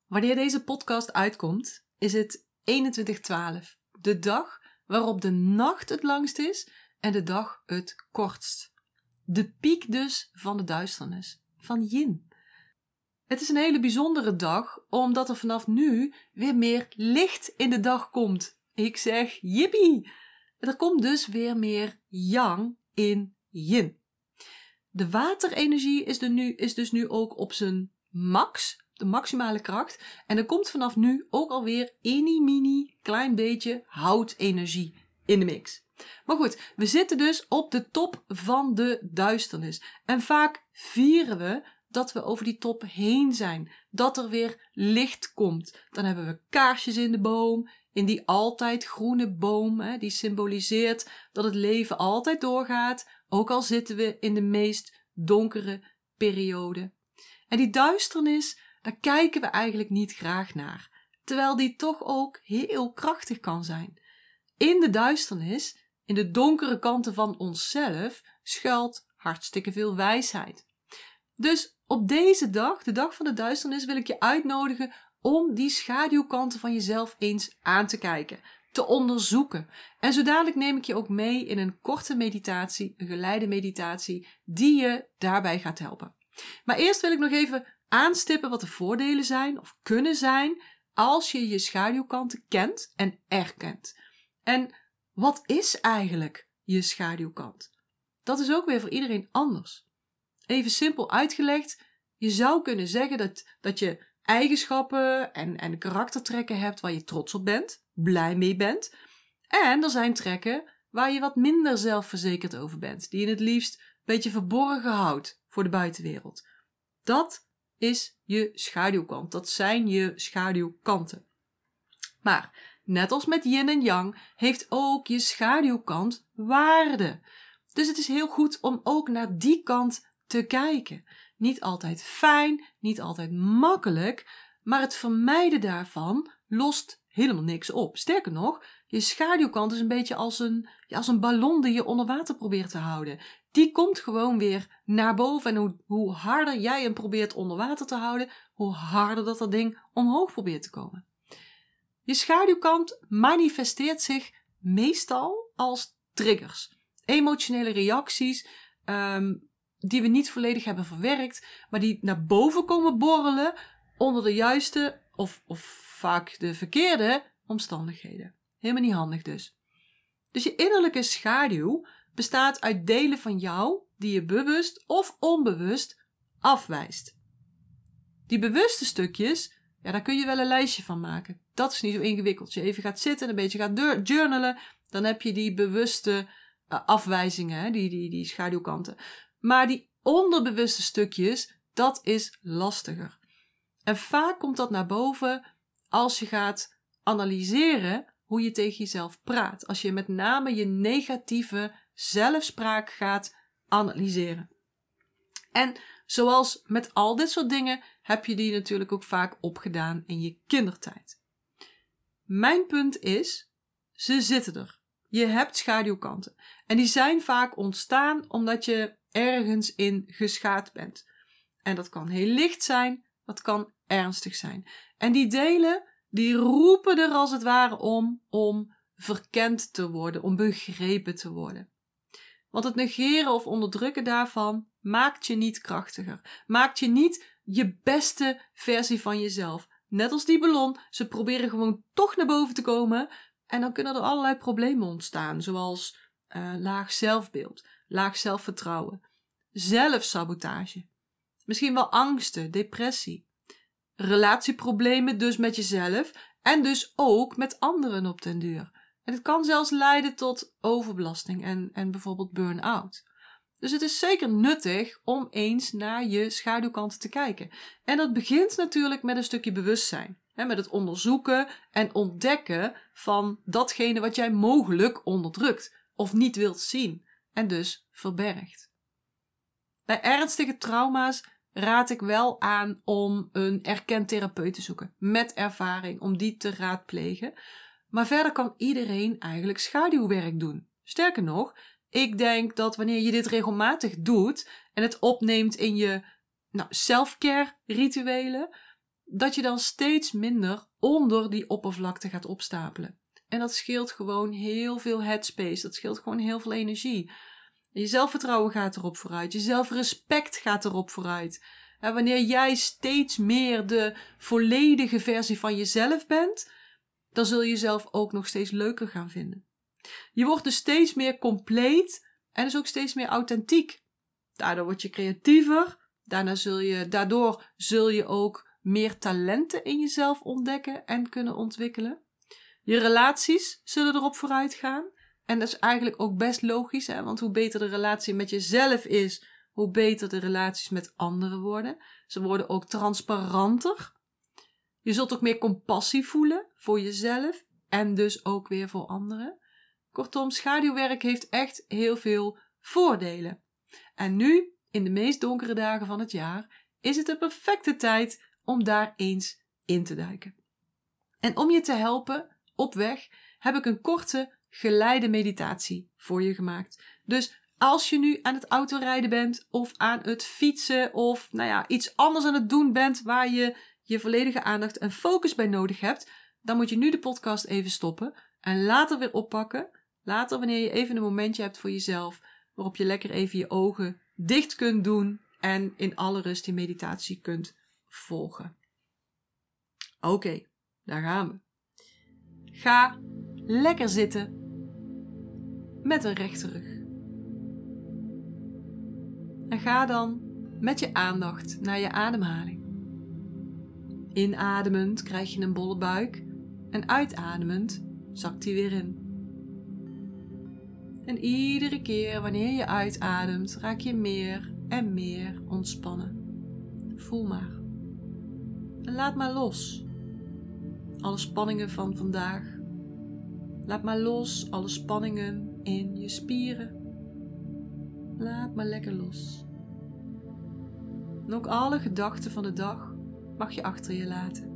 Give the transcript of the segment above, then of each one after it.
Wanneer deze podcast uitkomt, is het 21/12. De dag waarop de nacht het langst is en de dag het kortst. De piek dus van de duisternis, van Yin. Het is een hele bijzondere dag, omdat er vanaf nu weer meer licht in de dag komt. Ik zeg jippie! Er komt dus weer meer Yang in Yin. De waterenergie is dus nu ook op zijn max, de maximale kracht. En er komt vanaf nu ook alweer mini klein beetje houtenergie in de mix. Maar goed, we zitten dus op de top van de duisternis. En vaak vieren we dat we over die top heen zijn. Dat er weer licht komt. Dan hebben we kaarsjes in de boom. In die altijd groene boom. Die symboliseert dat het leven altijd doorgaat. Ook al zitten we in de meest donkere periode. En die duisternis, daar kijken we eigenlijk niet graag naar. Terwijl die toch ook heel krachtig kan zijn. In de duisternis, in de donkere kanten van onszelf, schuilt hartstikke veel wijsheid. Dus op deze dag, de dag van de duisternis, wil ik je uitnodigen om die schaduwkanten van jezelf eens aan te kijken, te onderzoeken. En zo dadelijk neem ik je ook mee in een korte meditatie, een geleide meditatie, die je daarbij gaat helpen. Maar eerst wil ik nog even aanstippen wat de voordelen zijn of kunnen zijn als je je schaduwkanten kent en erkent. En wat is eigenlijk je schaduwkant? Dat is ook weer voor iedereen anders. Even simpel uitgelegd, je zou kunnen zeggen dat je eigenschappen en karaktertrekken hebt waar je trots op bent, blij mee bent. En er zijn trekken waar je wat minder zelfverzekerd over bent, die je het liefst een beetje verborgen houdt voor de buitenwereld. Dat is je schaduwkant, dat zijn je schaduwkanten. Maar net als met yin en yang heeft ook je schaduwkant waarde. Dus het is heel goed om ook naar die kant te kijken. Niet altijd fijn, niet altijd makkelijk, maar het vermijden daarvan lost helemaal niks op. Sterker nog, je schaduwkant is een beetje als een ballon die je onder water probeert te houden. Die komt gewoon weer naar boven en hoe harder jij hem probeert onder water te houden, hoe harder dat ding omhoog probeert te komen. Je schaduwkant manifesteert zich meestal als triggers. Emotionele reacties die we niet volledig hebben verwerkt, maar die naar boven komen borrelen onder de juiste of vaak de verkeerde omstandigheden. Helemaal niet handig dus. Dus je innerlijke schaduw bestaat uit delen van jou die je bewust of onbewust afwijst. Die bewuste stukjes, ja, daar kun je wel een lijstje van maken. Dat is niet zo ingewikkeld. Als je even gaat zitten en een beetje gaat journalen, dan heb je die bewuste afwijzingen, die schaduwkanten. Maar die onderbewuste stukjes, dat is lastiger. En vaak komt dat naar boven als je gaat analyseren hoe je tegen jezelf praat. Als je met name je negatieve zelfspraak gaat analyseren. En zoals met al dit soort dingen heb je die natuurlijk ook vaak opgedaan in je kindertijd. Mijn punt is, ze zitten er. Je hebt schaduwkanten. En die zijn vaak ontstaan omdat je ergens in geschaad bent. En dat kan heel licht zijn, dat kan ernstig zijn. En die delen, die roepen er als het ware om verkend te worden, om begrepen te worden. Want het negeren of onderdrukken daarvan maakt je niet krachtiger. Maakt je niet je beste versie van jezelf. Net als die ballon, ze proberen gewoon toch naar boven te komen. En dan kunnen er allerlei problemen ontstaan, zoals laag zelfbeeld, laag zelfvertrouwen, zelfsabotage. Misschien wel angsten, depressie. Relatieproblemen dus met jezelf en dus ook met anderen op den duur. En het kan zelfs leiden tot overbelasting en bijvoorbeeld burn-out. Dus het is zeker nuttig om eens naar je schaduwkanten te kijken. En dat begint natuurlijk met een stukje bewustzijn. Met het onderzoeken en ontdekken van datgene wat jij mogelijk onderdrukt of niet wilt zien en dus verbergt. Bij ernstige trauma's raad ik wel aan om een erkend therapeut te zoeken met ervaring, om die te raadplegen. Maar verder kan iedereen eigenlijk schaduwwerk doen. Sterker nog, ik denk dat wanneer je dit regelmatig doet en het opneemt in je self-care rituelen, dat je dan steeds minder onder die oppervlakte gaat opstapelen. En dat scheelt gewoon heel veel headspace. Dat scheelt gewoon heel veel energie. Je zelfvertrouwen gaat erop vooruit. Je zelfrespect gaat erop vooruit. En wanneer jij steeds meer de volledige versie van jezelf bent, dan zul je jezelf ook nog steeds leuker gaan vinden. Je wordt dus steeds meer compleet en dus ook steeds meer authentiek. Daardoor word je creatiever. Daardoor zul je ook meer talenten in jezelf ontdekken en kunnen ontwikkelen. Je relaties zullen erop vooruit gaan. En dat is eigenlijk ook best logisch, hè? Want hoe beter de relatie met jezelf is, hoe beter de relaties met anderen worden. Ze worden ook transparanter. Je zult ook meer compassie voelen voor jezelf en dus ook weer voor anderen. Kortom, schaduwwerk heeft echt heel veel voordelen. En nu, in de meest donkere dagen van het jaar, is het de perfecte tijd om daar eens in te duiken. En om je te helpen op weg heb ik een korte geleide meditatie voor je gemaakt. Dus als je nu aan het autorijden bent of aan het fietsen of iets anders aan het doen bent waar je je volledige aandacht en focus bij nodig hebt, dan moet je nu de podcast even stoppen en later weer oppakken. Later, wanneer je even een momentje hebt voor jezelf, waarop je lekker even je ogen dicht kunt doen en in alle rust die meditatie kunt volgen. Oké, daar gaan we. Ga lekker zitten met een rechte rug. En ga dan met je aandacht naar je ademhaling. Inademend krijg je een bolle buik en uitademend zakt die weer in. En iedere keer wanneer je uitademt, raak je meer en meer ontspannen. Voel maar. En laat maar los. Alle spanningen van vandaag. Laat maar los alle spanningen in je spieren. Laat maar lekker los. En ook alle gedachten van de dag mag je achter je laten.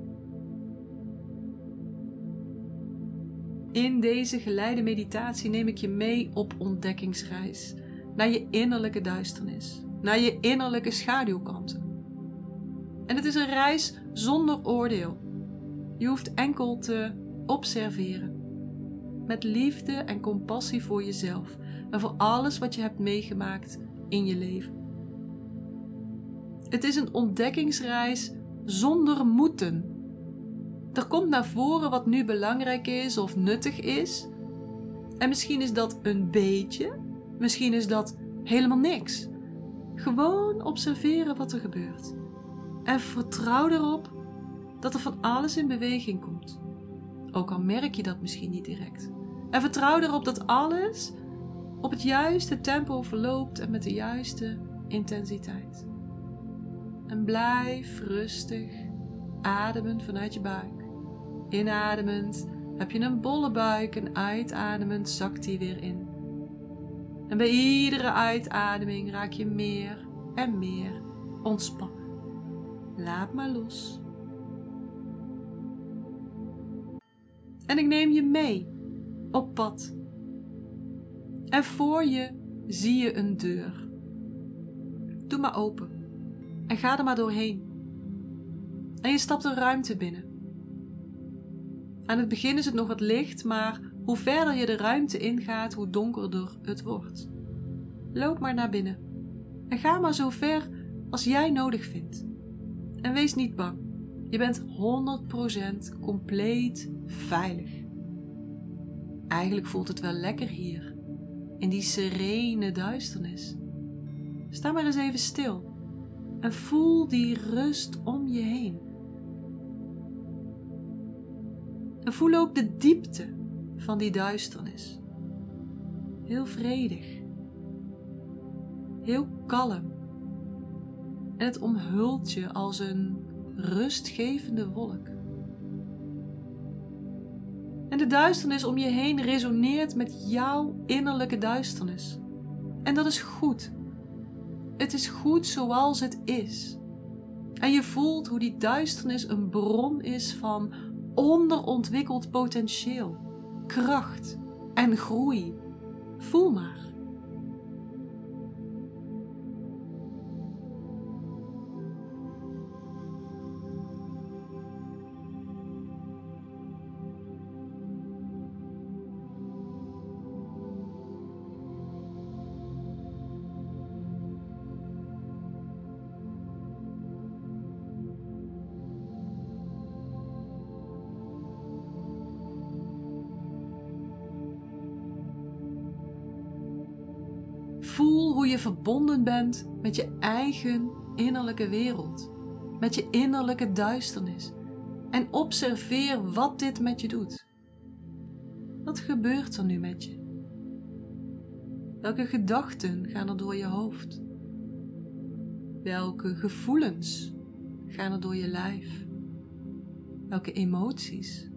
In deze geleide meditatie neem ik je mee op ontdekkingsreis. Naar je innerlijke duisternis. Naar je innerlijke schaduwkanten. En het is een reis zonder oordeel. Je hoeft enkel te observeren. Met liefde en compassie voor jezelf. En voor alles wat je hebt meegemaakt in je leven. Het is een ontdekkingsreis zonder moeten. Er komt naar voren wat nu belangrijk is of nuttig is. En misschien is dat een beetje. Misschien is dat helemaal niks. Gewoon observeren wat er gebeurt. En vertrouw erop dat er van alles in beweging komt. Ook al merk je dat misschien niet direct. En vertrouw erop dat alles op het juiste tempo verloopt en met de juiste intensiteit. En blijf rustig ademen vanuit je buik. Inademend heb je een bolle buik en uitademend zakt die weer in. En bij iedere uitademing raak je meer en meer ontspannen. Laat maar los. En ik neem je mee op pad. En voor je zie je een deur. Doe maar open. En ga er maar doorheen. En je stapt een ruimte binnen. Aan het begin is het nog wat licht, maar hoe verder je de ruimte ingaat, hoe donkerder het wordt. Loop maar naar binnen. En ga maar zo ver als jij nodig vindt. En wees niet bang. Je bent 100% compleet veilig. Eigenlijk voelt het wel lekker hier. In die serene duisternis. Sta maar eens even stil. En voel die rust om je heen. En voel ook de diepte van die duisternis. Heel vredig. Heel kalm. En het omhult je als een rustgevende wolk. En de duisternis om je heen resoneert met jouw innerlijke duisternis. En dat is goed. Het is goed zoals het is. En je voelt hoe die duisternis een bron is van onderontwikkeld potentieel, kracht en groei. Voel maar. hoe je verbonden bent met je eigen innerlijke wereld, met je innerlijke duisternis. En observeer wat dit met je doet. Wat gebeurt er nu met je? Welke gedachten gaan er door je hoofd? Welke gevoelens gaan er door je lijf? Welke emoties?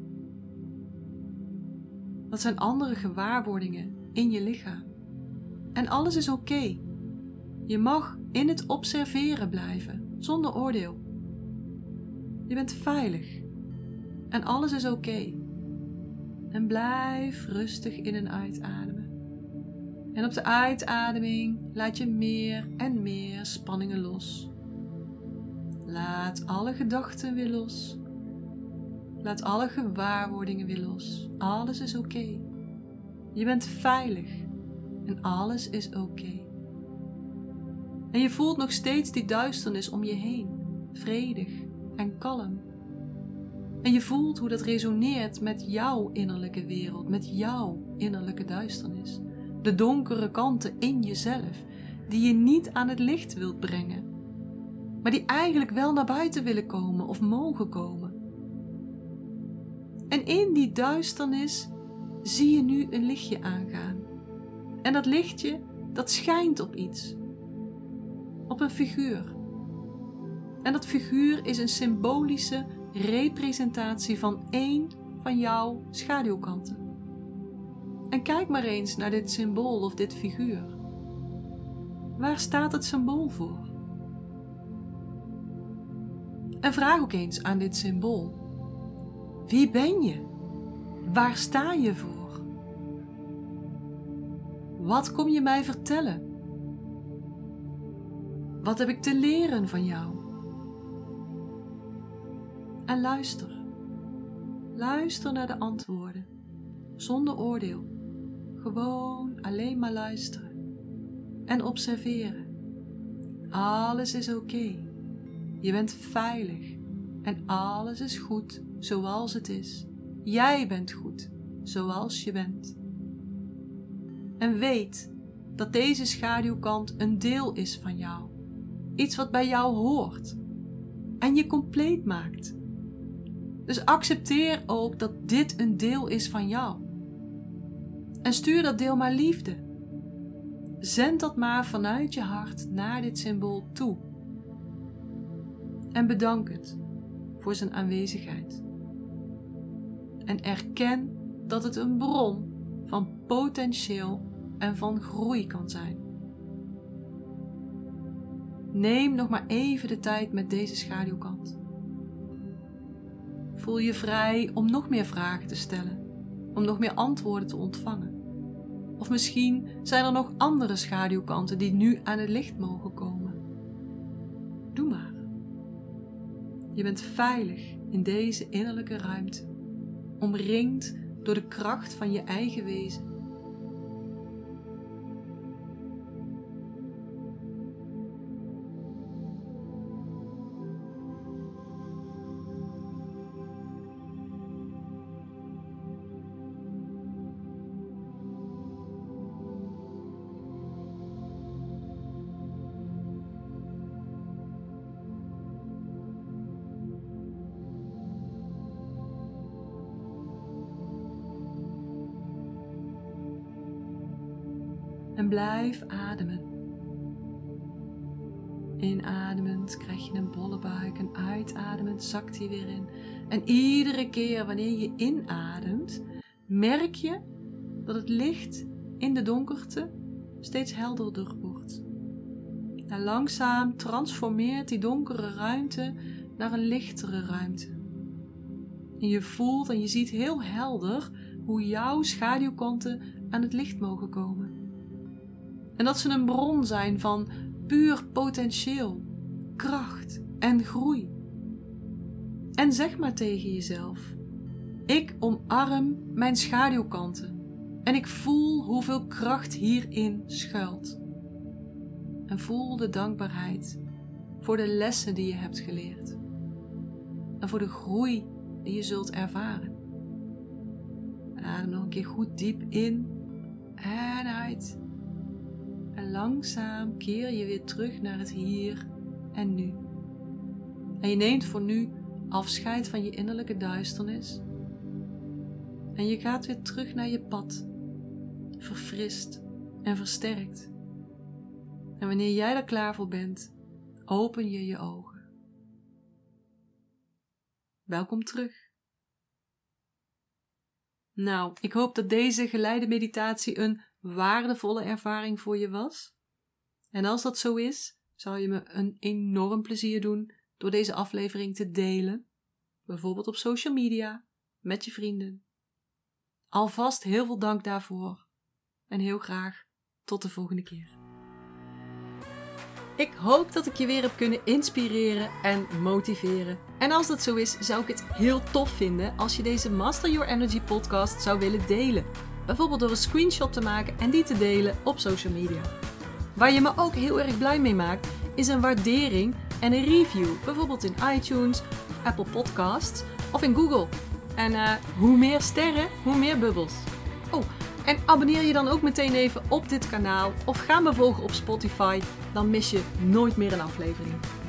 Wat zijn andere gewaarwordingen in je lichaam? En alles is oké. Je mag in het observeren blijven, zonder oordeel. Je bent veilig en alles is oké. En blijf rustig in en uitademen. En op de uitademing laat je meer en meer spanningen los. Laat alle gedachten weer los. Laat alle gewaarwordingen weer los. Alles is oké. Je bent veilig en alles is oké. En je voelt nog steeds die duisternis om je heen, vredig en kalm. En je voelt hoe dat resoneert met jouw innerlijke wereld, met jouw innerlijke duisternis. De donkere kanten in jezelf, die je niet aan het licht wilt brengen, maar die eigenlijk wel naar buiten willen komen of mogen komen. En in die duisternis zie je nu een lichtje aangaan. En dat lichtje, dat schijnt op iets. Op een figuur. En dat figuur is een symbolische representatie van één van jouw schaduwkanten. En kijk maar eens naar dit symbool of dit figuur. Waar staat het symbool voor? En vraag ook eens aan dit symbool: wie ben je? Waar sta je voor? Wat kom je mij vertellen? Wat heb ik te leren van jou? En luister. Luister naar de antwoorden. Zonder oordeel. Gewoon alleen maar luisteren. En observeren. Alles is oké. Je bent veilig. En alles is goed zoals het is. Jij bent goed zoals je bent. En weet dat deze schaduwkant een deel is van jou. Iets wat bij jou hoort. En je compleet maakt. Dus accepteer ook dat dit een deel is van jou. En stuur dat deel maar liefde. Zend dat maar vanuit je hart naar dit symbool toe. En bedank het voor zijn aanwezigheid. En erken dat het een bron van potentieel en van groei kan zijn. Neem nog maar even de tijd met deze schaduwkant. Voel je vrij om nog meer vragen te stellen, om nog meer antwoorden te ontvangen. Of misschien zijn er nog andere schaduwkanten die nu aan het licht mogen komen. Doe maar. Je bent veilig in deze innerlijke ruimte, omringd door de kracht van je eigen wezen. En blijf ademen. Inademend krijg je een bolle buik en uitademend zakt hij weer in. En iedere keer wanneer je inademt, merk je dat het licht in de donkerte steeds helderder wordt. En langzaam transformeert die donkere ruimte naar een lichtere ruimte. En je voelt en je ziet heel helder hoe jouw schaduwkanten aan het licht mogen komen. En dat ze een bron zijn van puur potentieel, kracht en groei. En zeg maar tegen jezelf: ik omarm mijn schaduwkanten en ik voel hoeveel kracht hierin schuilt. En voel de dankbaarheid voor de lessen die je hebt geleerd. En voor de groei die je zult ervaren. En adem nog een keer goed diep in en uit. En En langzaam keer je weer terug naar het hier en nu. En je neemt voor nu afscheid van je innerlijke duisternis. En je gaat weer terug naar je pad, verfrist en versterkt. En wanneer jij er klaar voor bent, open je je ogen. Welkom terug. Nou, ik hoop dat deze geleide meditatie een waardevolle ervaring voor je was. En als dat zo is, zou je me een enorm plezier doen door deze aflevering te delen. Bijvoorbeeld op social media, met je vrienden. Alvast heel veel dank daarvoor. En heel graag tot de volgende keer. Ik hoop dat ik je weer heb kunnen inspireren en motiveren. En als dat zo is, zou ik het heel tof vinden als je deze Master Your Energy podcast zou willen delen. Bijvoorbeeld door een screenshot te maken en die te delen op social media. Waar je me ook heel erg blij mee maakt, is een waardering en een review. Bijvoorbeeld in iTunes, Apple Podcasts of in Google. En hoe meer sterren, hoe meer bubbels. Oh, en abonneer je dan ook meteen even op dit kanaal of ga me volgen op Spotify. Dan mis je nooit meer een aflevering.